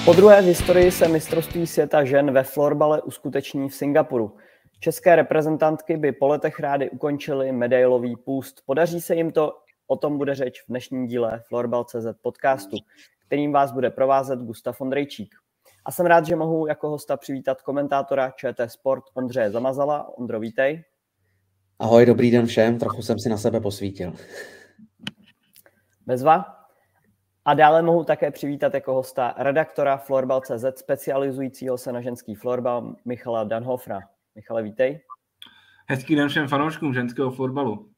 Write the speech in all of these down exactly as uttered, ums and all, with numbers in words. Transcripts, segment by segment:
Podruhé v historii se mistrovství světa žen ve florbale uskuteční v Singapuru. České reprezentantky by po letech rády ukončily medailový půst. Podaří se jim to? O tom bude řeč v dnešním díle Florbal tečka cé zet podcastu, kterým vás bude provázet Gustav Ondrejčík. A jsem rád, že mohu jako hosta přivítat komentátora ČT Sport Ondřeje Zamazala. Ondro, vítej. Ahoj, dobrý den všem, trochu jsem si na sebe posvítil. Bezva. A dále mohu také přivítat jako hosta redaktora Florbal tečka cé zet, specializujícího se na ženský florbal, Michala Danhofra. Michale, vítej. Hezký den všem fanouškům ženského florbalu.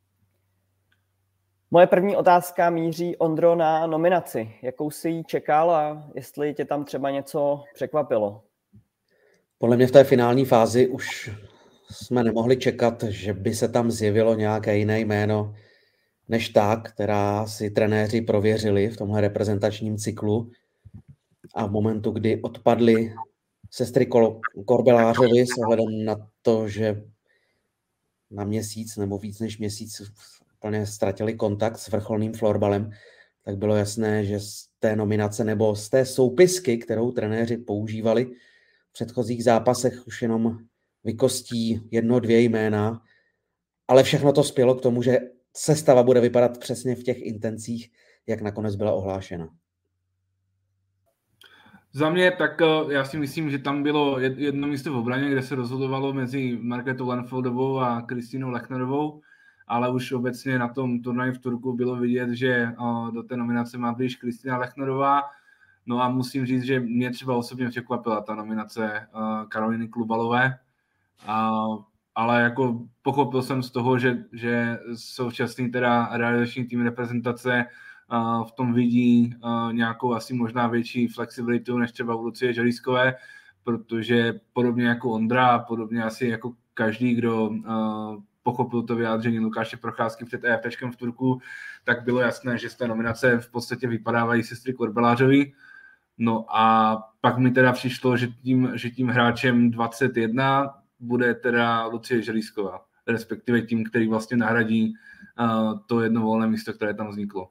Moje první otázka míří, Ondro, na nominaci. Jakou jsi jí čekal a jestli tě tam třeba něco překvapilo? Podle mě v té finální fázi už jsme nemohli čekat, že by se tam zjevilo nějaké jiné jméno než ta, která si trenéři prověřili v tomhle reprezentačním cyklu. A v momentu, kdy odpadly sestry Korbelářovi s ohledem na to, že na měsíc nebo víc než měsíc úplně ztratili kontakt s vrcholným florbalem, tak bylo jasné, že z té nominace nebo z té soupisky, kterou trenéři používali v předchozích zápasech, už jenom vykostí jedno, dvě jména, ale všechno to spělo k tomu, že sestava bude vypadat přesně v těch intencích, jak nakonec byla ohlášena. Za mě tak já si myslím, že tam bylo jedno místo v obraně, kde se rozhodovalo mezi Markétou Lanfeldovou a Kristýnou Lechnerovou, ale už obecně na tom turnaji v Turku bylo vidět, že do té nominace má blíž Kristýna Lechnerová. No a musím říct, že mě třeba osobně překvapila ta nominace Karoliny Klubalové. A, ale jako pochopil jsem z toho, že, že současný teda realizační tým reprezentace uh, v tom vidí uh, nějakou asi možná větší flexibilitu než třeba u Lucie Želízkové, protože podobně jako Ondra, podobně asi jako každý, kdo uh, pochopil to vyjádření Lukáše Procházky před EFTčkem v Turku, tak bylo jasné, že z té nominace v podstatě vypadávají sestry Korbelářový. No a pak mi teda přišlo, že tím, že tím hráčem dvacet jedna bude teda Lucie Želízková, respektive tím, který vlastně nahradí uh, to jedno volné místo, které tam vzniklo.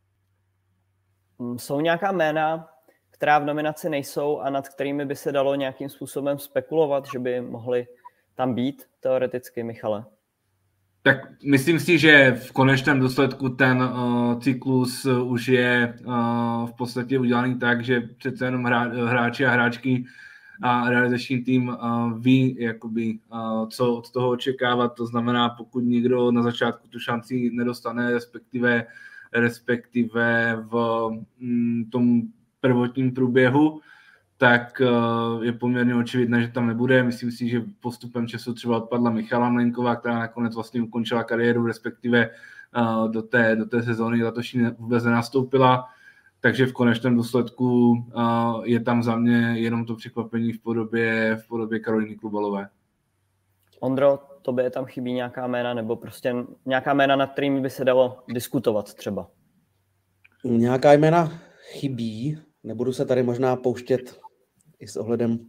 Jsou nějaká jména, která v nominaci nejsou a nad kterými by se dalo nějakým způsobem spekulovat, že by mohly tam být teoreticky, Michale? Tak myslím si, že v konečném důsledku ten uh, cyklus už je uh, v podstatě udělaný tak, že přece jenom hra, hráči a hráčky a realizační tým uh, ví, jakoby, uh, co od toho očekávat. To znamená, pokud někdo na začátku tu šanci nedostane, respektive, respektive v mm, tom prvotním průběhu, tak uh, je poměrně očividné, že tam nebude. Myslím si, že postupem času třeba odpadla Michala Mlejnková, která nakonec vlastně ukončila kariéru, respektive uh, do té, do té sezóny letošní vůbec nenastoupila. Takže v konečném důsledku uh, je tam za mě jenom to překvapení v podobě, v podobě Karoliny Klubalové. Ondro, tobě tam chybí nějaká jména, nebo prostě nějaká jména, nad kterými by se dalo diskutovat třeba? Nějaká jména chybí, nebudu se tady možná pouštět i s ohledem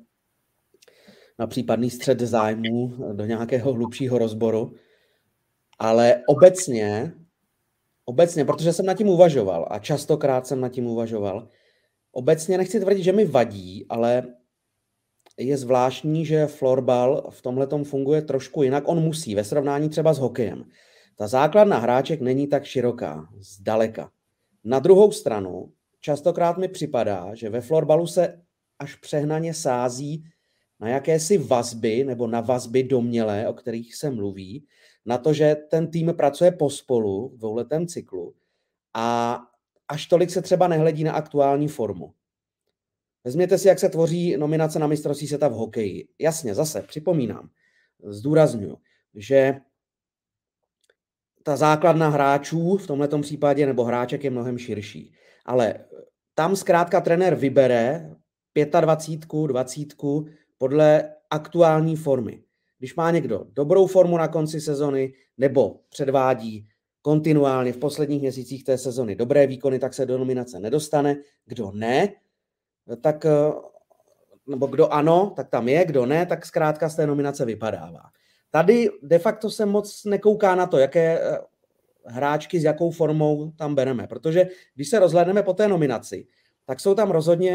na případný střet zájmů do nějakého hlubšího rozboru, ale obecně Obecně, protože jsem nad tím uvažoval a častokrát jsem nad tím uvažoval, obecně nechci tvrdit, že mi vadí, ale je zvláštní, že florbal v tomhletom funguje trošku jinak. On musí, ve srovnání třeba s hokejem. Ta základna hráček není tak široká, zdaleka. Na druhou stranu, častokrát mi připadá, že ve florbalu se až přehnaně sází na jakési vazby nebo na vazby domnělé, o kterých se mluví, na to, že ten tým pracuje pospolu v dvouletém cyklu a až tolik se třeba nehledí na aktuální formu. Vezměte si, jak se tvoří nominace na mistrovství světa v hokeji. Jasně, zase připomínám, zdůrazňuji, že ta základna hráčů v tomhletom případě nebo hráček je mnohem širší. Ale tam zkrátka trenér vybere dvacet pět, dvacet podle aktuální formy. Když má někdo dobrou formu na konci sezony nebo předvádí kontinuálně v posledních měsících té sezony dobré výkony, tak se do nominace nedostane. Kdo ne, tak, nebo kdo ano, tak tam je, kdo ne, tak zkrátka z té nominace vypadává. Tady de facto se moc nekouká na to, jaké hráčky s jakou formou tam bereme, protože když se rozhlédneme po té nominaci, tak jsou tam rozhodně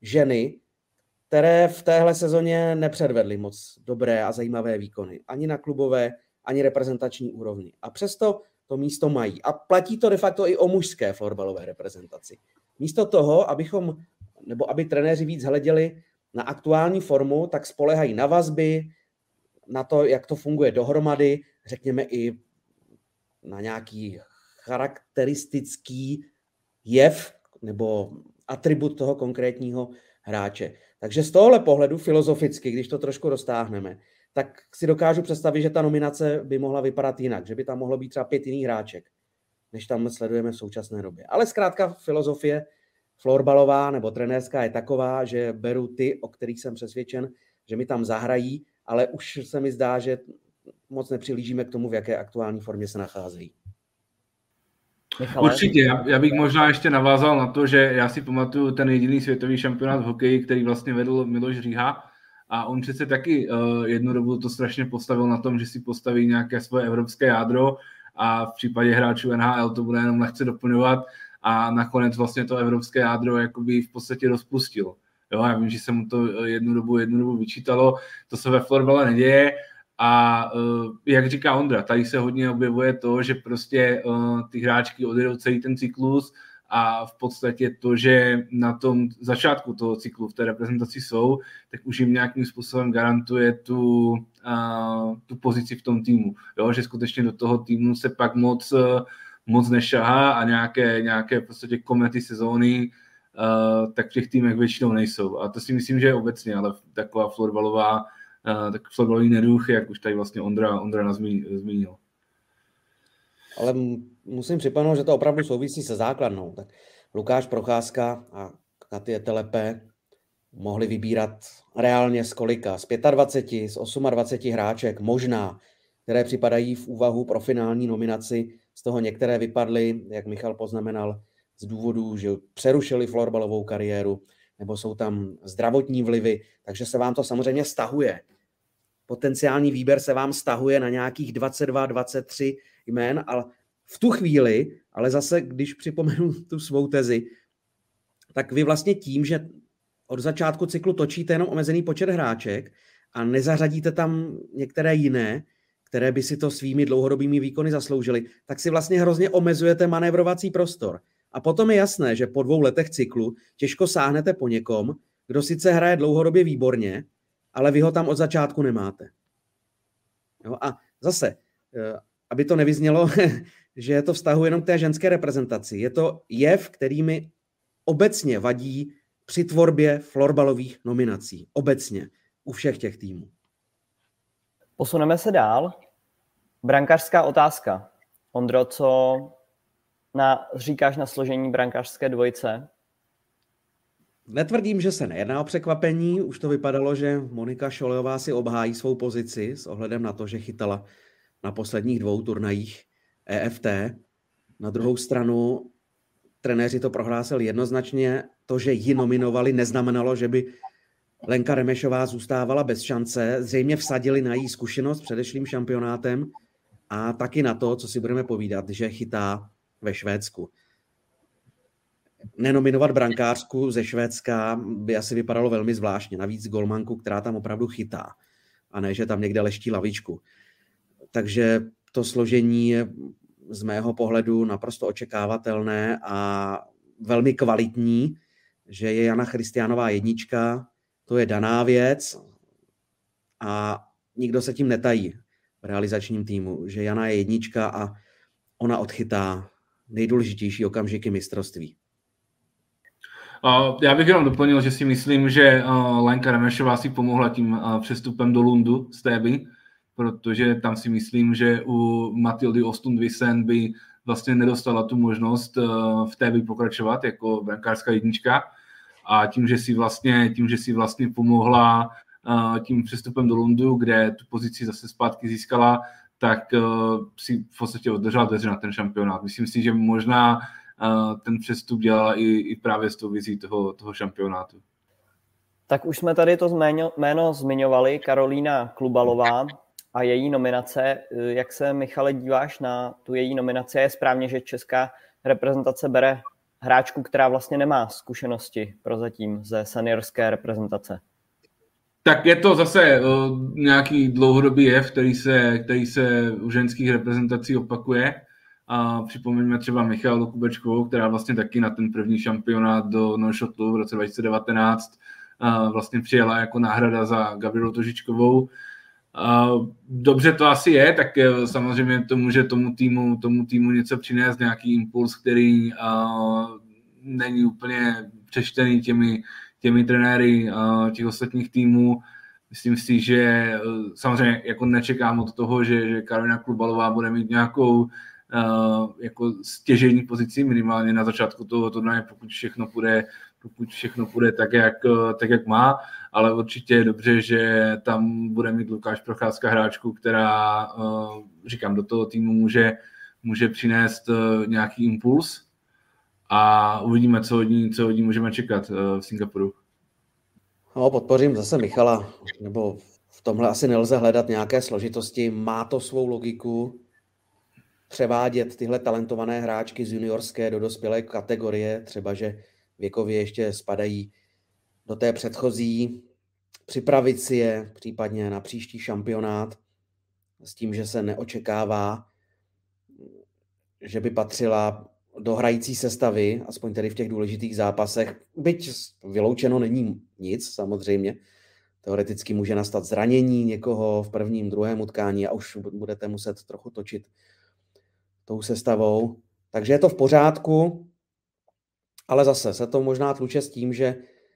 ženy, které v téhle sezóně nepředvedly moc dobré a zajímavé výkony. Ani na klubové, ani reprezentační úrovni. A přesto to místo mají. A platí to de facto i o mužské florbalové reprezentaci. Místo toho, abychom, nebo aby trenéři víc hleděli na aktuální formu, tak spolehají na vazby, na to, jak to funguje dohromady, řekněme i na nějaký charakteristický jev nebo atribut toho konkrétního hráče. Takže z tohohle pohledu filozoficky, když to trošku roztáhneme, tak si dokážu představit, že ta nominace by mohla vypadat jinak, že by tam mohlo být třeba pět jiných hráček, než tam sledujeme v současné době. Ale zkrátka filozofie florbalová nebo trenérská je taková, že beru ty, o kterých jsem přesvědčen, že mi tam zahrají, ale už se mi zdá, že moc nepřilížíme k tomu, v jaké aktuální formě se nacházejí. Michale? Určitě, já, já bych možná ještě navázal na to, že já si pamatuju ten jediný světový šampionát v hokeji, který vlastně vedl Miloš Říha, a on přece taky uh, jednu dobu to strašně postavil na tom, že si postaví nějaké svoje evropské jádro a v případě hráčů N H L to bude jenom lehce doplňovat a nakonec vlastně to evropské jádro jakoby v podstatě rozpustil. Jo, já vím, že se mu to jednu dobu, jednu dobu vyčítalo, to se ve florbale neděje a uh, jak říká Ondra, tady se hodně objevuje to, že prostě uh, ty hráčky odjedou celý ten cyklus a v podstatě to, že na tom začátku toho cyklu v té reprezentaci jsou, tak už jim nějakým způsobem garantuje tu, uh, tu pozici v tom týmu. Jo? Že skutečně do toho týmu se pak moc, moc nešahá a nějaké, nějaké v podstatě komety sezóny uh, tak v těch týmech většinou nejsou. A to si myslím, že je obecně, ale taková florbalová, uh, tak florbalový neduch, jak už tady vlastně Ondra, Ondra zmínil. Ale musím připomenout, že to opravdu souvisí se základnou. Tak Lukáš Procházka a Katie Telepé mohli vybírat reálně z kolika? Z dvacet pět, z dvacet osm hráček, možná, které připadají v úvahu pro finální nominaci. Z toho některé vypadly, jak Michal poznamenal, z důvodu, že přerušili florbalovou kariéru, nebo jsou tam zdravotní vlivy, takže se vám to samozřejmě stahuje. Potenciální výběr se vám stahuje na nějakých dvacet dva, dvacet tři jmén, ale v tu chvíli, ale zase, když připomenu tu svou tezi, tak vy vlastně tím, že od začátku cyklu točíte jenom omezený počet hráček a nezařadíte tam některé jiné, které by si to svými dlouhodobými výkony zasloužily, tak si vlastně hrozně omezujete manévrovací prostor. A potom je jasné, že po dvou letech cyklu těžko sáhnete po někom, kdo sice hraje dlouhodobě výborně, ale vy ho tam od začátku nemáte. Jo? A zase, aby to nevyznělo, že to vztahuje jenom k té ženské reprezentaci. Je to jev, který mi obecně vadí při tvorbě florbalových nominací. Obecně. U všech těch týmů. Posuneme se dál. Brankářská otázka. Ondro, co na, říkáš na složení brankářské dvojice? Netvrdím, že se nejedná o překvapení. Už to vypadalo, že Monika Šolejová si obhájí svou pozici s ohledem na to, že chytala na posledních dvou turnajích E F T. Na druhou stranu trenéři to prohlásili jednoznačně. To, že ji nominovali, neznamenalo, že by Lenka Remešová zůstávala bez šance. Zřejmě vsadili na její zkušenost s předešlým šampionátem a taky na to, co si budeme povídat, že chytá ve Švédsku. Nenominovat brankářku ze Švédska by asi vypadalo velmi zvláštně. Navíc golmanku, která tam opravdu chytá. A ne, že tam někde leští lavičku. Takže to složení je z mého pohledu naprosto očekávatelné a velmi kvalitní, že je Jana Christianová jednička, to je daná věc a nikdo se tím netají v realizačním týmu, že Jana je jednička a ona odchytá nejdůležitější okamžiky mistrovství. Já bych jenom doplnil, že si myslím, že Lenka Remešová si pomohla tím přestupem do Lundu z Täby, protože tam si myslím, že u Matildy Ostund-Vysen by vlastně nedostala tu možnost v Täby pokračovat jako brankářská jednička. A tím, že si vlastně, tím, že si vlastně pomohla tím přestupem do Lundu, kde tu pozici zase zpátky získala, tak si v podstatě održela dveře na ten šampionát. Myslím si, že možná ten přestup dělala i, i právě s tou vizí toho, toho šampionátu. Tak už jsme tady to jméno, jméno zmiňovali, Karolína Klubalová a její nominace. Jak se, Michale, díváš na tu její nominaci? Je správně, že česká reprezentace bere hráčku, která vlastně nemá zkušenosti prozatím ze seniorské reprezentace? Tak je to zase uh, nějaký dlouhodobý jev, který se, který se u ženských reprezentací opakuje. A připomeňme třeba Michalu Kubečkovou, která vlastně taky na ten první šampionát do Neuchâtelu v roce dva tisíce devatenáct uh, vlastně přijela jako náhrada za Gabrielu Tožičkovou. Uh, dobře to asi je, tak uh, samozřejmě to může tomu týmu, tomu týmu něco přinést, nějaký impuls, který uh, není úplně přečtený těmi těmi trenéry těch ostatních týmů. Myslím si, že samozřejmě jako nečekám od toho, že, že Karolina Klubalová bude mít nějakou jako stěžejní pozici minimálně na začátku toho turnaje, pokud všechno půjde, pokud všechno půjde tak jak, tak, jak má, ale určitě je dobře, že tam bude mít Lukáš Procházka hráčku, která, říkám, do toho týmu může, může přinést nějaký impuls. A uvidíme, co od ní, co od ní můžeme čekat v Singapuru. No, podpořím zase Michala, nebo v tomhle asi nelze hledat nějaké složitosti. Má to svou logiku převádět tyhle talentované hráčky z juniorské do dospělé kategorie, třeba že věkově ještě spadají do té předchozí, připravit si je případně na příští šampionát s tím, že se neočekává, že by patřila do hrající sestavy, aspoň tedy v těch důležitých zápasech, byť vyloučeno není nic, samozřejmě. Teoreticky může nastat zranění někoho v prvním, druhém utkání a už budete muset trochu točit tou sestavou. Takže je to v pořádku, ale zase se to možná tluče s tím, že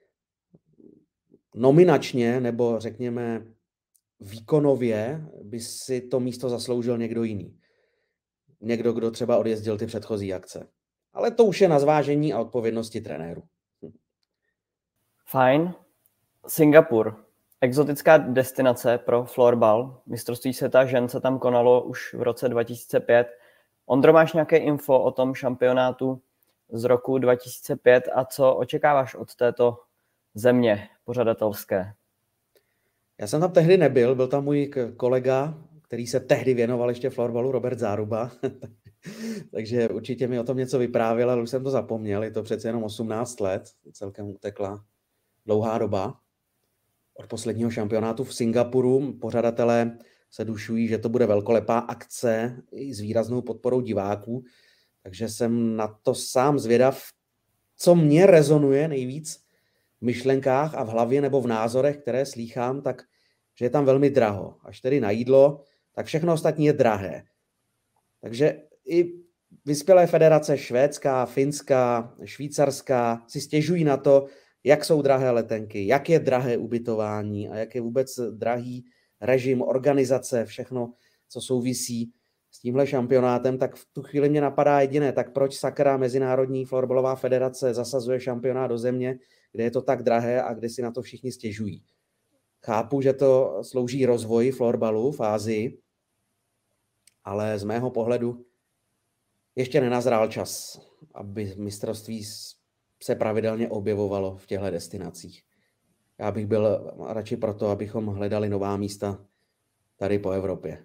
nominačně, nebo řekněme výkonově, by si to místo zasloužil někdo jiný. Někdo, kdo třeba odjezdil ty předchozí akce. Ale to už je na zvážení a odpovědnosti trenéru. Hm. Fajn. Singapur. Exotická destinace pro florbal. Mistrovství světa žen se tam konalo už v roce dva tisíce pět. Ondro, máš nějaké info o tom šampionátu z roku dva tisíce pět a co očekáváš od této země pořadatelské? Já jsem tam tehdy nebyl, byl tam můj kolega, který se tehdy věnoval ještě florbalu, Robert Záruba. Takže určitě mi o tom něco vyprávěl, ale už jsem to zapomněl. Je to přece jenom osmnáct let, celkem utekla dlouhá doba od posledního šampionátu v Singapuru. Pořadatelé se dušují, že to bude velkolepá akce i s výraznou podporou diváků. Takže jsem na to sám zvědav, co mě rezonuje nejvíc v myšlenkách a v hlavě nebo v názorech, které slýchám, tak že je tam velmi draho. Až tedy na jídlo, tak všechno ostatní je drahé. Takže i vyspělé federace švédská, finská, švýcarská si stěžují na to, jak jsou drahé letenky, jak je drahé ubytování a jak je vůbec drahý režim, organizace, všechno, co souvisí s tímhle šampionátem, tak v tu chvíli mě napadá jediné, tak proč sakra Mezinárodní florbalová federace zasazuje šampionát do země, kde je to tak drahé a kde si na to všichni stěžují. Chápu, že to slouží rozvoji florbalu v Asii, ale z mého pohledu ještě nenazrál čas, aby mistrovství se pravidelně objevovalo v těchto destinacích. Já bych byl radši proto, abychom hledali nová místa tady po Evropě.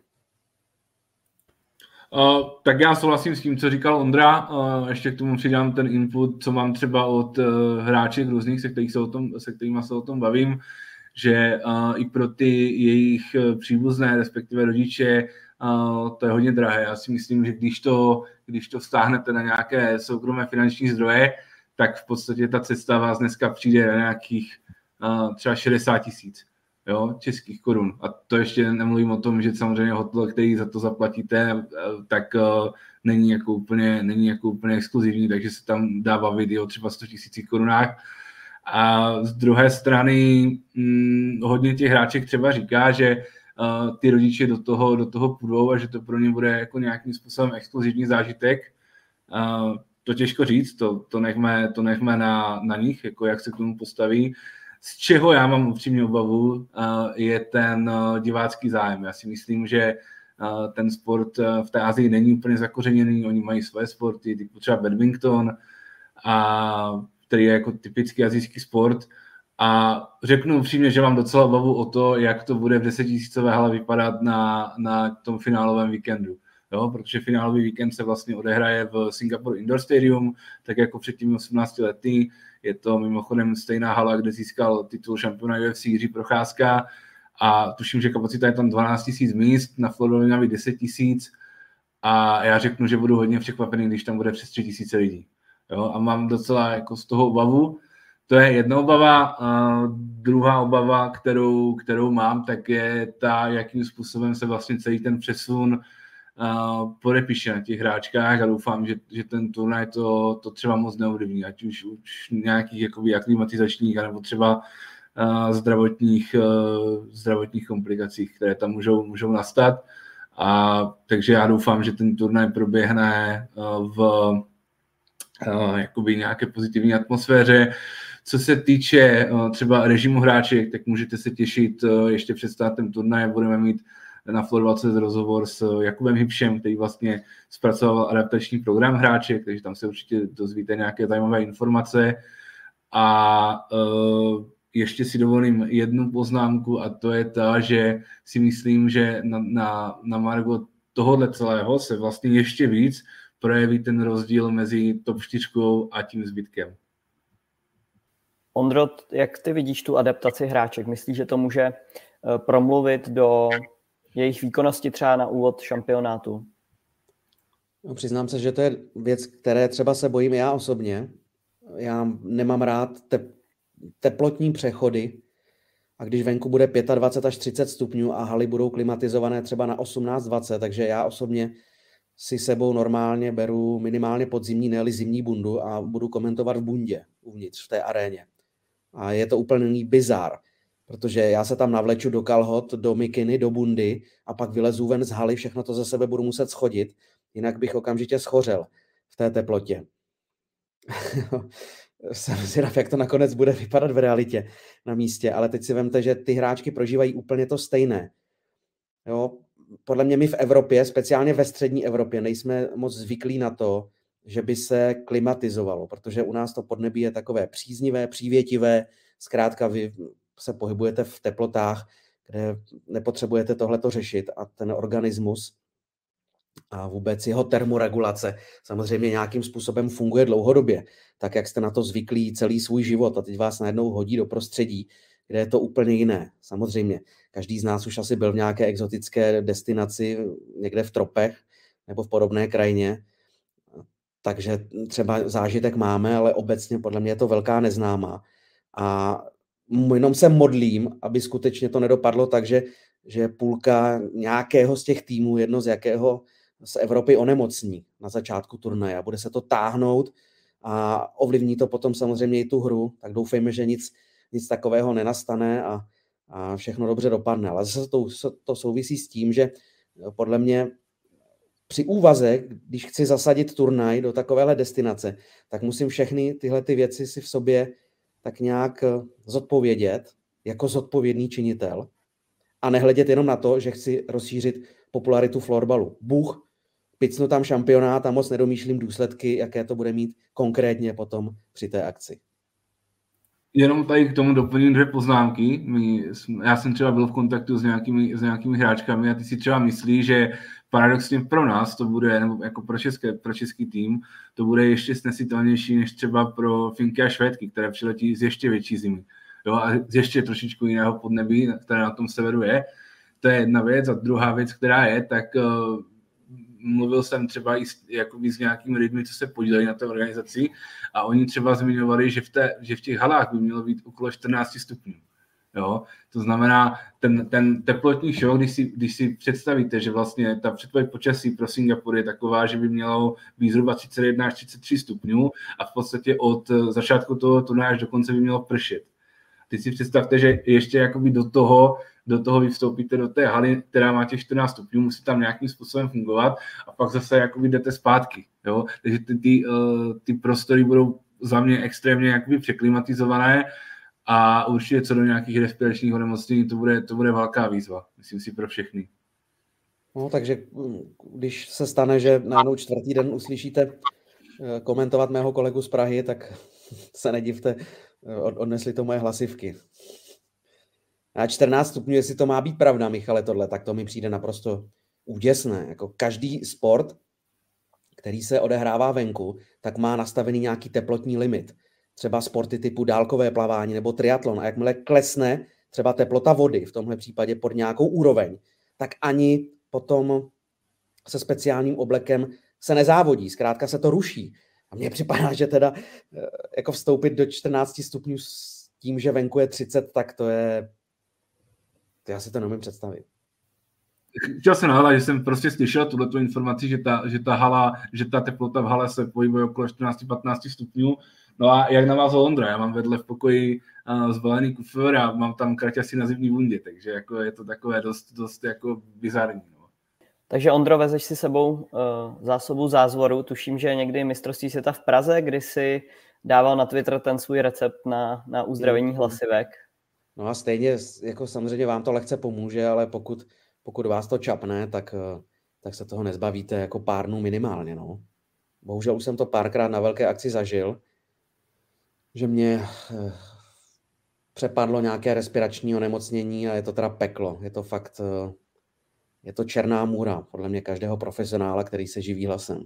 Uh, tak já souhlasím s tím, co říkal Ondra. Uh, ještě k tomu přidám ten input, co mám třeba od uh, hráček různých, se, kterých se, o tom, se kterými se o tom bavím, že uh, i pro ty jejich příbuzné, respektive rodiče, uh, to je hodně drahé. Já si myslím, že když to, když to vztáhnete na nějaké soukromé finanční zdroje, tak v podstatě ta cesta vás dneska přijde na nějakých uh, třeba šedesát tisíc. Jo, českých korun. A to ještě nemluvím o tom, že samozřejmě hotel, který za to zaplatíte, tak uh, není jako úplně, není jako úplně exkluzivní, takže se tam dá bavit i o třeba sto tisíc korunách. A z druhé strany hm, hodně těch hráček třeba říká, že uh, ty rodiče do toho, do toho půjdou a že to pro ně bude jako nějakým způsobem exkluzivní zážitek. Uh, to těžko říct, to, to nechme, to nechme na, na nich, jako jak se k tomu postaví. Z čeho já mám upřímně obavu, je ten divácký zájem. Já si myslím, že ten sport v té Asii není úplně zakořeněný, oni mají svoje sporty, typu třeba badminton, a, který je jako typický asijský sport. A řeknu upřímně, že mám docela obavu o to, jak to bude v desetitisícové hale vypadat na, na tom finálovém víkendu. jo, protože finálový víkend se vlastně odehraje v Singapore Indoor Stadium, tak jako před těmi osmnácti lety. Je to mimochodem stejná hala, kde získal titul šampiona U F C Jiří Procházka a tuším, že kapacita je tam dvanáct tisíc míst, na Floridě má být deset tisíc a já řeknu, že budu hodně překvapený, když tam bude přes tři tisíce lidí. Jo, a mám docela jako z toho obavu. To je jedna obava. A druhá obava, kterou, kterou mám, tak je ta, jakým způsobem se vlastně celý ten přesun uh, podepíše na těch hráčkách a doufám, že, že ten turnaj to, to třeba moc neovlivní, ať už, už nějakých jakoby aklimatizačních, anebo třeba uh, zdravotních, uh, zdravotních komplikacích, které tam můžou, můžou nastat. A, takže já doufám, že ten turnaj proběhne uh, v uh, jakoby nějaké pozitivní atmosféře. Co se týče uh, třeba režimu hráček, tak můžete se těšit uh, ještě před startem turnaje. Budeme mít na Floor dvacet rozhovor s Jakubem Hybšem, který vlastně zpracoval adaptační program hráček, takže tam se určitě dozvíte nějaké zajímavé informace. A uh, ještě si dovolím jednu poznámku a to je ta, že si myslím, že na, na, na margo tohohle celého se vlastně ještě víc projeví ten rozdíl mezi top čtyřkou a tím zbytkem. Ondro, jak ty vidíš tu adaptaci hráček? Myslíš, že to může promluvit do jejich výkonnosti třeba na úvod šampionátu? No, přiznám se, že to je věc, které třeba se bojím já osobně. Já nemám rád te- teplotní přechody a když venku bude dvacet pět až třicet stupňů a haly budou klimatizované třeba na osmnáct dvacet, takže já osobně si sebou normálně beru minimálně podzimní, ne-li zimní bundu a budu komentovat v bundě uvnitř v té aréně. A je to úplný bizár, protože já se tam navleču do kalhot, do mikiny, do bundy a pak vylezu ven z haly, všechno to ze sebe budu muset schodit, jinak bych okamžitě schořel v té teplotě. Jsem zvědav, jak to nakonec bude vypadat v realitě na místě, ale teď si vemte, že ty hráčky prožívají úplně to stejné. Jo? Podle mě my v Evropě, speciálně ve střední Evropě, nejsme moc zvyklí na to, že by se klimatizovalo, protože u nás to podnebí je takové příznivé, přívětivé, zkrátka vy se pohybujete v teplotách, kde nepotřebujete tohleto řešit a ten organismus a vůbec jeho termoregulace samozřejmě nějakým způsobem funguje dlouhodobě, tak jak jste na to zvyklí celý svůj život a teď vás najednou hodí do prostředí, kde je to úplně jiné. Samozřejmě, každý z nás už asi byl v nějaké exotické destinaci někde v tropech nebo v podobné krajině, takže třeba zážitek máme, ale obecně podle mě je to velká neznámá. A jenom se modlím, aby skutečně to nedopadlo tak, že, že půlka nějakého z těch týmů, jedno z jakého z Evropy onemocní na začátku turnaje a bude se to táhnout a ovlivní to potom samozřejmě i tu hru, tak doufejme, že nic, nic takového nenastane a, a všechno dobře dopadne. Ale zase to, to souvisí s tím, že podle mě při úvaze, když chci zasadit turnaj do takovéhle destinace, tak musím všechny tyhle ty věci si v sobě tak nějak zodpovědět jako zodpovědný činitel a nehledět jenom na to, že chci rozšířit popularitu florbalu. Bůh, picnu tam šampionát a moc nedomýšlím důsledky, jaké to bude mít konkrétně potom při té akci. Jenom tady k tomu doplním dvě poznámky. My, já jsem třeba byl v kontaktu s nějakými, s nějakými hráčkami a ty si třeba myslí, že paradoxně pro nás to bude, nebo jako pro, české, pro český tým, to bude ještě snesitelnější než třeba pro Finky a Švédky, které přiletí z ještě větší zimy. Jo, a z ještě trošičku jiného podnebí, které na tom severu je. To je jedna věc. A druhá věc, která je, tak uh, mluvil jsem třeba i s, jakoby s nějakými lidmi, co se podíleli na té organizaci a oni třeba zmiňovali, že v, té, že v těch halách by mělo být okolo čtrnáct stupňů. Jo? To znamená, ten, ten teplotní šok, když si, když si představíte, že vlastně ta předpověď počasí pro Singapur je taková, že by mělo být zhruba třicet jedna až třicet tři stupňů a v podstatě od začátku toho turnaje až do konce by mělo pršet. Teď si představte, že ještě jakoby do toho, do toho vy vstoupíte do té haly, která má těch čtrnáct stupňů, musí tam nějakým způsobem fungovat a pak zase jakoby jdete zpátky. Jo? Takže ty, ty, ty prostory budou za mě extrémně jakoby překlimatizované a určitě co do nějakých respiračních onemocnění to bude, to bude velká výzva, myslím si pro všechny. No, takže když se stane, že najednou čtvrtý den uslyšíte komentovat mého kolegu z Prahy, tak se nedivte, odnesli to moje hlasivky. A čtrnáct stupňů, jestli to má být pravda, Michale, tohle, tak to mi přijde naprosto úděsné. Jako každý sport, který se odehrává venku, tak má nastavený nějaký teplotní limit. Třeba sporty typu dálkové plavání nebo triatlon. A jakmile klesne třeba teplota vody, v tomhle případě pod nějakou úroveň, tak ani potom se speciálním oblekem se nezávodí. Zkrátka se to ruší. A mně připadá, že teda jako vstoupit do čtrnácti stupňů s tím, že venku je třicet, tak to je... To já si to neumím představit. Chtěl jsem nahlásit, že jsem prostě slyšel tuhletu informaci, že ta, že ta hala, že ta teplota v hale se pohybuje okolo čtrnáct patnáct stupňů. No a jak navázal Ondra, já mám vedle v pokoji uh, zbalený kufr a mám tam kraťasy na zimní bundě, takže jako je to takové dost, dost jako bizarní. No. Takže Ondro, vezeš si sebou uh, zásobu zázvoru. Tuším, že někdy mistrovství světa v Praze, kdy si dával na Twitter ten svůj recept na, na uzdravení hlasivek. No a stejně, jako samozřejmě vám to lehce pomůže, ale pokud, pokud vás to čapne, tak, tak se toho nezbavíte jako pár dnů minimálně. No. Bohužel už jsem to párkrát na velké akci zažil, že mě eh, přepadlo nějaké respirační onemocnění a je to teda peklo. Je to fakt, eh, je to černá můra, podle mě každého profesionála, který se živí hlasem.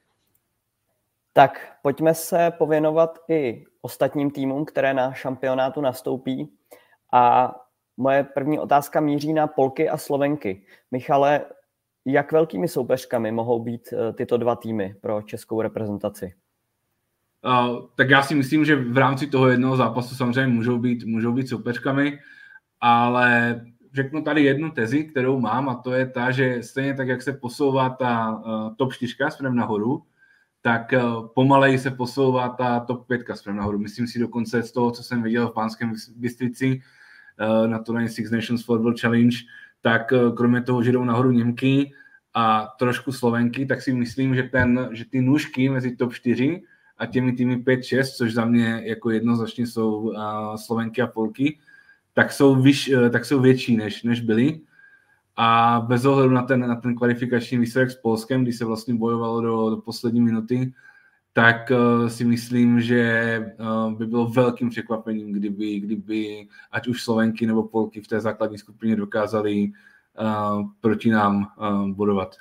Tak pojďme se pověnovat i ostatním týmům, které na šampionátu nastoupí. A moje první otázka míří na Polky a Slovenky. Michale, jak velkými soupeřkami mohou být tyto dva týmy pro českou reprezentaci? Uh, tak já si myslím, že v rámci toho jednoho zápasu samozřejmě můžou být, můžou být soupeřkami, ale řeknu tady jednu tezi, kterou mám, a to je ta, že stejně tak, jak se posouvá ta uh, top čtyřka směrem nahoru, tak uh, pomaleji se posouvá ta top pětka směrem nahoru. Myslím si dokonce z toho, co jsem viděl v Banském Bystrici uh, na turnaji Six Nations Floorball Challenge, tak uh, kromě toho, že jdou nahoru Němky a trošku Slovenky, tak si myslím, že, ten, že ty nůžky mezi top čtyři a těmi týmy pět šest, což za mě jako jednoznačně jsou uh, Slovenky a Polky, tak jsou, vyš, uh, tak jsou větší, než, než byly. A bez ohledu na ten, na ten kvalifikační výsledek s Polskem, kdy se vlastně bojovalo do, do poslední minuty, tak uh, si myslím, že uh, by bylo velkým překvapením, kdyby, kdyby ať už Slovenky nebo Polky v té základní skupině dokázali uh, proti nám uh, bodovat.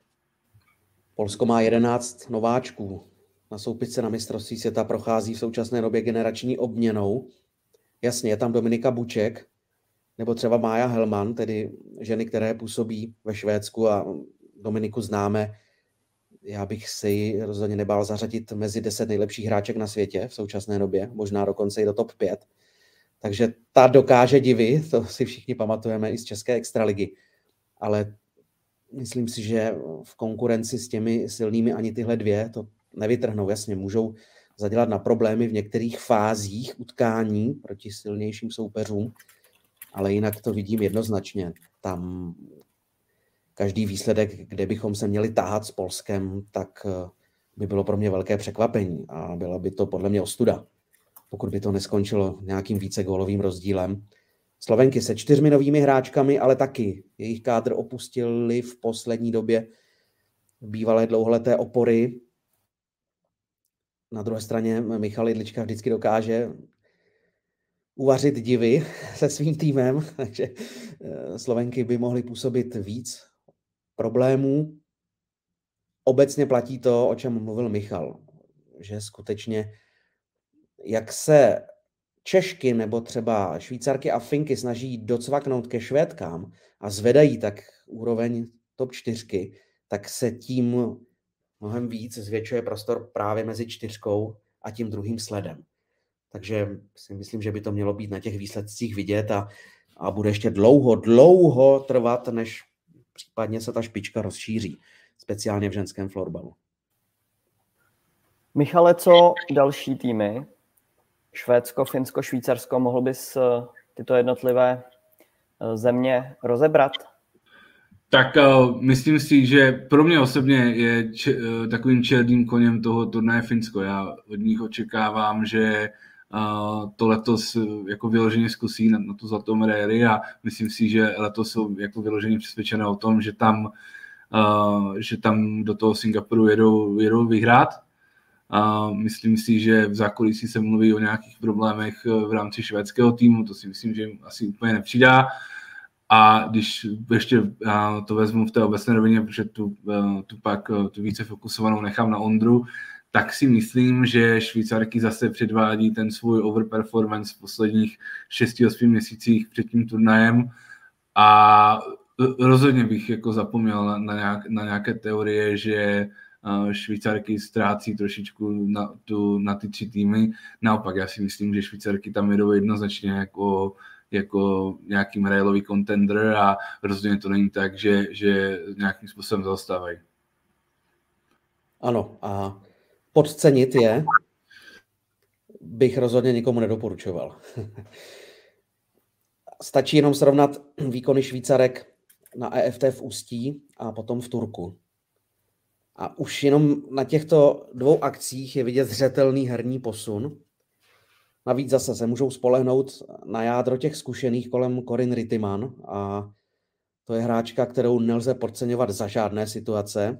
Polsko má jedenáct nováčků. Na soupisce na mistrovství světa prochází v současné době generační obměnou. Jasně, je tam Dominika Buček, nebo třeba Mája Helman, tedy ženy, které působí ve Švédsku a Dominiku známe. Já bych si ji rozhodně nebál zařadit mezi deset nejlepších hráček na světě v současné době, možná dokonce i do top pět. Takže ta dokáže divy, to si všichni pamatujeme i z české extraligy. Ale myslím si, že v konkurenci s těmi silnými ani tyhle dvě to nevytrhnou. Jasně, můžou zadělat na problémy v některých fázích utkání proti silnějším soupeřům, ale jinak to vidím jednoznačně. Tam každý výsledek, kde bychom se měli táhat s Polskem, tak by bylo pro mě velké překvapení a byla by to podle mě ostuda, pokud by to neskončilo nějakým vícególovým rozdílem. Slovenky se čtyřmi novými hráčkami, ale taky jejich kádr opustili v poslední době bývalé dlouholeté opory. Na druhé straně Michal Jedlička vždycky dokáže uvařit divy se svým týmem, takže Slovenky by mohly působit víc problémů. Obecně platí to, o čem mluvil Michal, že skutečně jak se Češky nebo třeba Švýcarky a Finky snaží docvaknout ke Švédkám a zvedají tak úroveň top čtyřky, tak se tím mnohem víc zvětšuje prostor právě mezi čtyřkou a tím druhým sledem. Takže si myslím, že by to mělo být na těch výsledcích vidět a, a bude ještě dlouho, dlouho trvat, než případně se ta špička rozšíří, speciálně v ženském florbalu. Michale, co další týmy? Švédsko, Finsko, Švýcarsko, mohl bys tyto jednotlivé země rozebrat? Tak uh, myslím si, že pro mě osobně je č- uh, takovým černým koněm toho turnaje Finsko. Já od nich očekávám, že uh, to letos uh, jako vyloženě zkusí na, na tu zlatou medaili a myslím si, že letos jsou jako vyloženě přesvědčené o tom, že tam, uh, že tam do toho Singapuru jedou, jedou vyhrát. Uh, myslím si, že v zákulisí se mluví o nějakých problémech v rámci švédského týmu, to si myslím, že jim asi úplně nepřidá. A když ještě to vezmu v té obecné rovině, protože tu, tu pak tu více fokusovanou nechám na Ondru, tak si myslím, že Švýcarky zase předvádí ten svůj overperformance v posledních šesti osmi měsících před tím turnajem a rozhodně bych jako zapomněl na, na, nějak, na nějaké teorie, že Švýcarky ztrácí trošičku na, tu, na ty tři týmy. Naopak, já si myslím, že Švýcarky tam jedou jednoznačně jako, jako nějaký medailový contender a rozhodně to není tak, že, že nějakým způsobem zaostávají. Ano, a podcenit je bych rozhodně nikomu nedoporučoval. Stačí jenom srovnat výkony Švýcarek na E F T v Ústí a potom v Turku. A už jenom na těchto dvou akcích je vidět zřetelný herní posun. Navíc zase se můžou spolehnout na jádro těch zkušených kolem Corinne Rittiman a to je hráčka, kterou nelze podceňovat za žádné situace.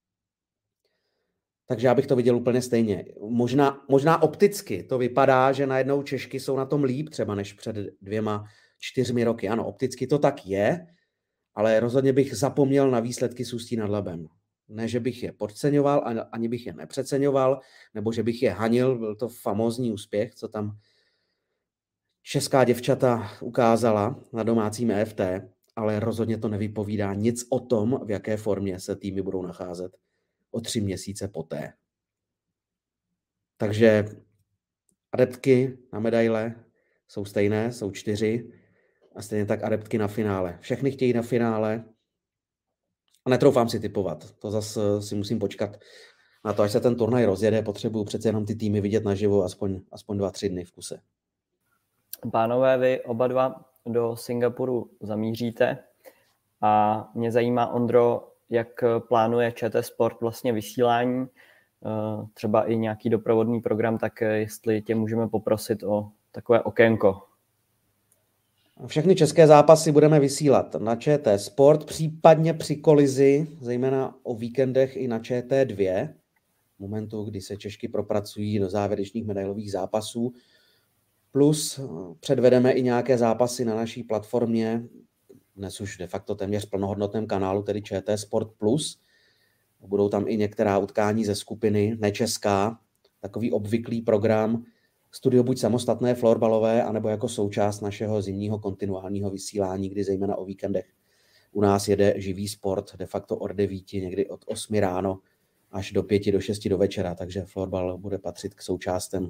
Takže já bych to viděl úplně stejně. Možná, možná opticky to vypadá, že najednou Češky jsou na tom líp třeba než před dvěma, čtyřmi roky. Ano, opticky to tak je, ale rozhodně bych zapomněl na výsledky s Ústí nad Labem. Ne, že bych je podceňoval, ani bych je nepřeceňoval, nebo že bych je hanil, byl to famózní úspěch, co tam česká děvčata ukázala na domácím E F T, ale rozhodně to nevypovídá nic o tom, v jaké formě se týmy budou nacházet o tři měsíce poté. Takže adeptky na medaile jsou stejné, jsou čtyři a stejně tak adeptky na finále. Všechny chtějí na finále a netroufám si tipovat. To zase si musím počkat na to, až se ten turnaj rozjede. Potřebuju přece jenom ty týmy vidět naživo aspoň, aspoň dva, tři dny v kuse. Pánové, vy oba dva do Singapuru zamíříte a mě zajímá, Ondro, jak plánuje ČT Sport vlastně vysílání, třeba i nějaký doprovodný program, tak jestli tě můžeme poprosit o takové okénko. Všechny české zápasy budeme vysílat na ČT Sport, případně při kolizi, zejména o víkendech i na ČT dva, v momentu, kdy se Češky propracují do závěrečných medailových zápasů. Plus předvedeme i nějaké zápasy na naší platformě, dnes už de facto téměř plnohodnotném kanálu, tedy ČT Sport Plus. Budou tam i některá utkání ze skupiny, nečeská, takový obvyklý program, studio buď samostatné florbalové, anebo jako součást našeho zimního kontinuálního vysílání, kdy zejména o víkendech u nás jede živý sport, de facto od devíti, někdy od osmi ráno až do pěti, do šesti do večera, takže florbal bude patřit k součástem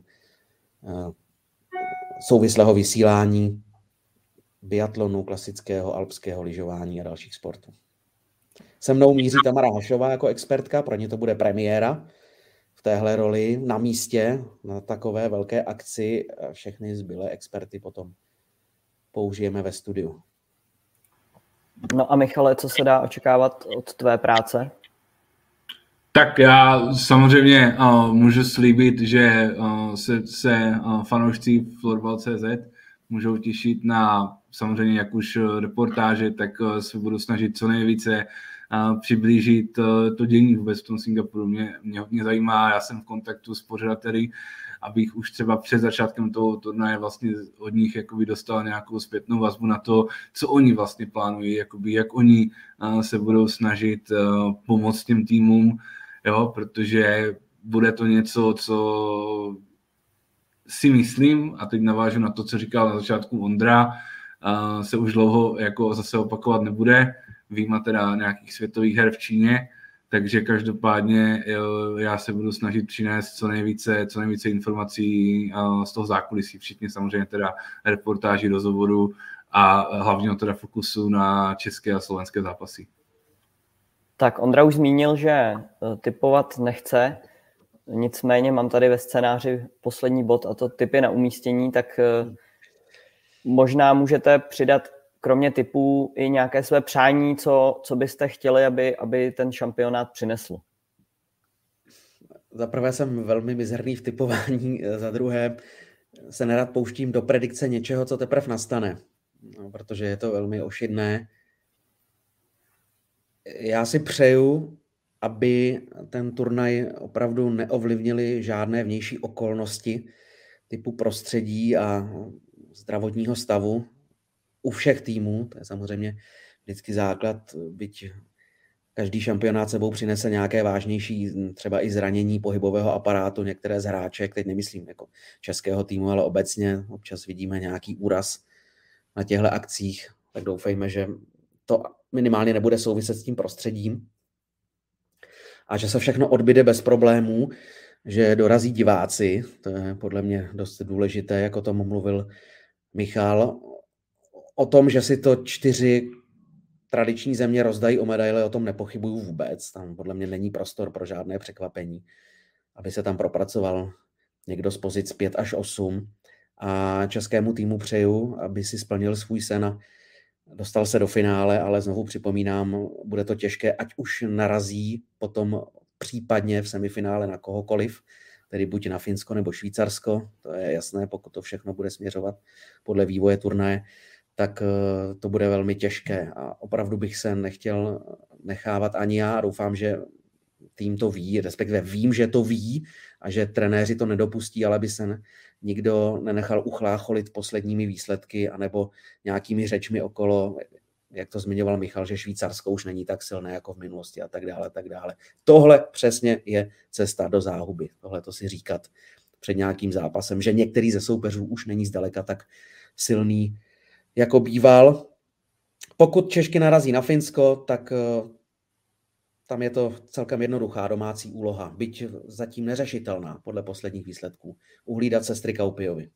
souvislého vysílání biatlonu, klasického, alpského lyžování a dalších sportů. Se mnou míří Tamara Hašová jako expertka, pro ně to bude premiéra v téhle roli na místě, na takové velké akci. Všechny zbylé experty potom použijeme ve studiu. No a Michale, co se dá očekávat od tvé práce? Tak já samozřejmě uh, můžu slíbit, že uh, se, se uh, fanoušci florbal tečka cé zet můžou těšit na samozřejmě jak už reportáže, tak uh, se budu snažit co nejvíce uh, přiblížit uh, to dění vůbec v tom Singapuru. Mě, mě hodně zajímá, já jsem v kontaktu s pořadateli, abych už třeba před začátkem toho turnaje vlastně od nich jakoby dostal nějakou zpětnou vazbu na to, co oni vlastně plánují, jakoby, jak oni uh, se budou snažit uh, pomoct těm týmům, jo, protože bude to něco, co si myslím, a teď navážu na to, co říkal na začátku Ondra, uh, se už dlouho jako zase opakovat nebude, výjima teda nějakých světových her v Číně, takže každopádně jo, já se budu snažit přinést co nejvíce, co nejvíce informací uh, z toho zákulisí, včetně samozřejmě teda reportáží, rozhovoru a hlavně teda fokusu na české a slovenské zápasy. Tak Ondra už zmínil, že tipovat nechce, nicméně mám tady ve scénáři poslední bod a to tipy na umístění, tak možná můžete přidat kromě tipů i nějaké své přání, co, co byste chtěli, aby, aby ten šampionát přinesl. Za prvé jsem velmi mizerný v tipování, za druhé se nerad pouštím do predikce něčeho, co teprve nastane, no, protože je to velmi ošidné. Já si přeju, aby ten turnaj opravdu neovlivnily žádné vnější okolnosti typu prostředí a zdravotního stavu u všech týmů, to je samozřejmě vždycky základ, byť každý šampionát sebou přinese nějaké vážnější, třeba i zranění pohybového aparátu, některé z hráček, teď nemyslím jako českého týmu, ale obecně občas vidíme nějaký úraz na těchto akcích, tak doufejme, že to minimálně nebude souviset s tím prostředím a že se všechno odbyde bez problémů, že dorazí diváci, to je podle mě dost důležité, jak o tom mluvil Michal, o tom, že si to čtyři tradiční země rozdají o medaile, o tom nepochybuju vůbec. Tam podle mě není prostor pro žádné překvapení, aby se tam propracoval někdo z pozic pět až osm. A českému týmu přeju, aby si splnil svůj sen a dostal se do finále, ale znovu připomínám, bude to těžké, ať už narazí potom případně v semifinále na kohokoliv, tedy buď na Finsko nebo Švýcarsko, to je jasné, pokud to všechno bude směřovat podle vývoje turnaje, tak to bude velmi těžké a opravdu bych se nechtěl nechávat ani já. Doufám, že tým to ví, respektive vím, že to ví a že trenéři to nedopustí, ale by se nikdo nenechal uchlácholit posledními výsledky anebo nějakými řečmi okolo, jak to zmiňoval Michal, že Švýcarsko už není tak silné jako v minulosti a tak dále, tak dále. Tohle přesně je cesta do záhuby. Tohle to si říkat před nějakým zápasem, že některý ze soupeřů už není zdaleka tak silný, jako býval. Pokud Češky narazí na Finsko, tak uh, tam je to celkem jednoduchá domácí úloha, byť zatím neřešitelná podle posledních výsledků. Uhlídat sestry Kaupiovi.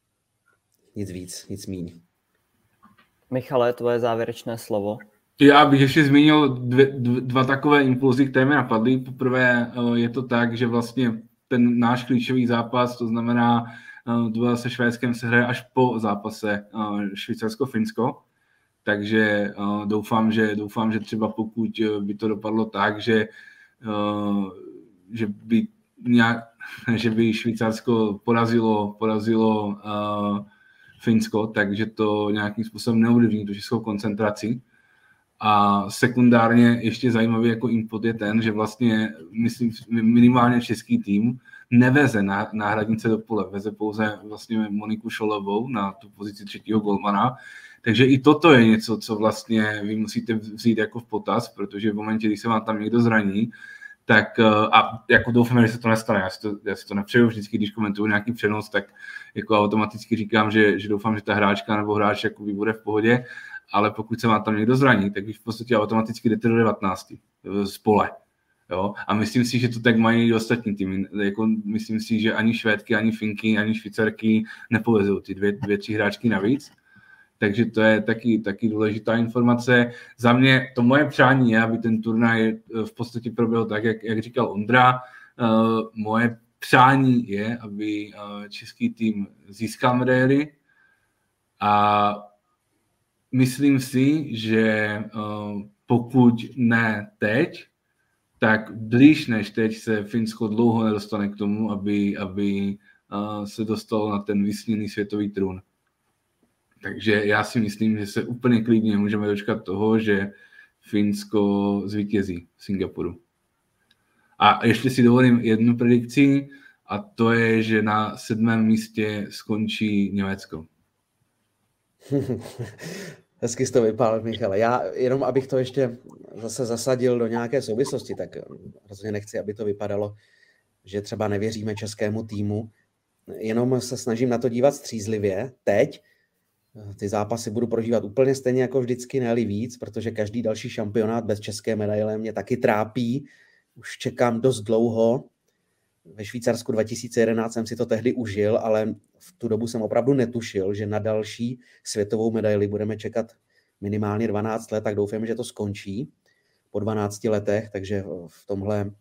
Nic víc, nic míň. Michale, tvoje závěrečné slovo. Já bych ještě zmínil dvě, dvě, dva takové impulzy, které mi napadly. Poprvé je to tak, že vlastně ten náš klíčový zápas, to znamená duel se Švédskem, se hraje až po zápase Švýcarsko-Finsko. Takže uh, doufám, že, doufám, že třeba pokud by to dopadlo tak, že, uh, že, by, nějak, že by Švýcarsko porazilo, porazilo uh, Finsko, takže to nějakým způsobem neovlivní tu českou koncentraci. A sekundárně ještě zajímavý jako input je ten, že vlastně myslím minimálně český tým neveze náhradnice do pole, veze pouze vlastně Moniku Šolovou na tu pozici třetího golmana. Takže i toto je něco, co vlastně vy musíte vzít jako v potaz, protože v momentě, kdy se vám tam někdo zraní, tak a jako doufám, že se to nestane. Já si to, já si to nepřeju vždycky, když komentuju nějaký přenos, tak jako automaticky říkám, že, že doufám, že ta hráčka nebo hráč jako bude v pohodě, ale pokud se vám tam někdo zraní, tak vy v podstatě automaticky jdete do devatenácti z pole. Jo? A myslím si, že to tak mají i ostatní týmy. Jako myslím si, že ani Švédky, ani Finky, ani Švýcarky nepovezou ty dvě, dvě, tři hráčky navíc. Takže to je taky, taky důležitá informace. Za mě to moje přání je, aby ten turnaj v podstatě proběhl tak, jak, jak říkal Ondra. Uh, moje přání je, aby uh, český tým získal medaily a myslím si, že uh, pokud ne teď, tak blíž než teď se Finsko dlouho nedostane k tomu, aby, aby uh, se dostalo na ten vysněný světový trůn. Takže já si myslím, že se úplně klidně můžeme dočkat toho, že Finsko zvítězí v Singapuru. A ještě si dovolím jednu predikci, a to je, že na sedmém místě skončí Německo. Hezky jsi to vypál, Michale. Já jenom, abych to ještě zase zasadil do nějaké souvislosti, tak rozhodně nechci, aby to vypadalo, že třeba nevěříme českému týmu. Jenom se snažím na to dívat střízlivě teď. Ty zápasy budu prožívat úplně stejně jako vždycky, ne-li víc, protože každý další šampionát bez české medaile mě taky trápí. Už čekám dost dlouho. Ve Švýcarsku dva tisíce jedenáct jsem si to tehdy užil, ale v tu dobu jsem opravdu netušil, že na další světovou medaili budeme čekat minimálně dvanáct let, tak doufám, že to skončí po dvanácti letech, takže v tomhle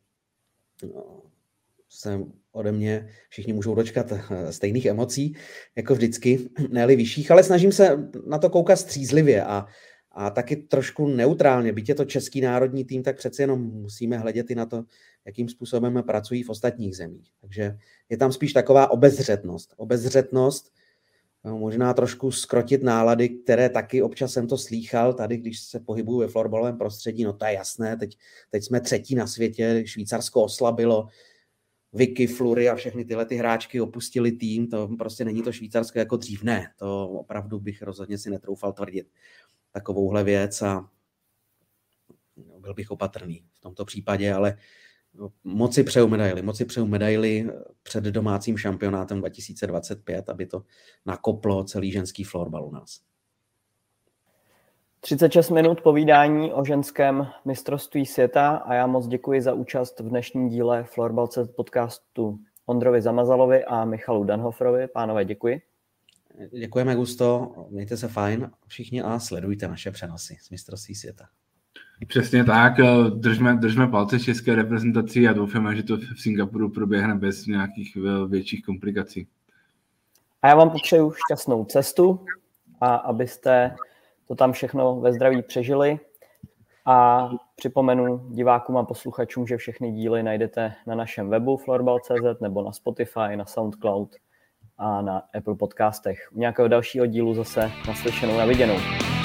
se ode mě všichni můžou dočkat stejných emocí, jako vždycky, ne-li vyšších, ale snažím se na to koukat střízlivě a, a taky trošku neutrálně. Byť je to český národní tým, tak přece jenom musíme hledět i na to, jakým způsobem pracují v ostatních zemích. Takže je tam spíš taková obezřetnost. Obezřetnost, možná trošku zkrotit nálady, které taky občas jsem to slýchal tady, když se pohybuju ve florbalovém prostředí, no to je jasné, teď, teď jsme třetí na světě, Švýcarsko oslabilo. Vicky, Flury a všechny tyhle ty hráčky opustili tým, to prostě není to Švýcarsko jako dřív, ne. To opravdu bych rozhodně si netroufal tvrdit takovouhle věc a byl bych opatrný v tomto případě, ale moc si přeju medaily, moc si přeju medaily před domácím šampionátem dva tisíce dvacet pět, aby to nakoplo celý ženský florbal u nás. třicet šest minut povídání o ženském mistrovství světa a já moc děkuji za účast v dnešním díle Florbal tečka cé zet podcastu Ondrovi Zamazalovi a Michalu Danhoferovi. Pánové, děkuji. Děkujeme, Gusto, mějte se fajn všichni a sledujte naše přenosy z mistrovství světa. Přesně tak, držme, držme palce české reprezentaci a doufáme, že to v Singapuru proběhne bez nějakých větších komplikací. A já vám popřeju šťastnou cestu a abyste to tam všechno ve zdraví přežili. A připomenu divákům a posluchačům, že všechny díly najdete na našem webu florbal tečka cé zet nebo na Spotify, na SoundCloud a na Apple podcastech. U nějakého dalšího dílu zase naslyšenou, na viděnou.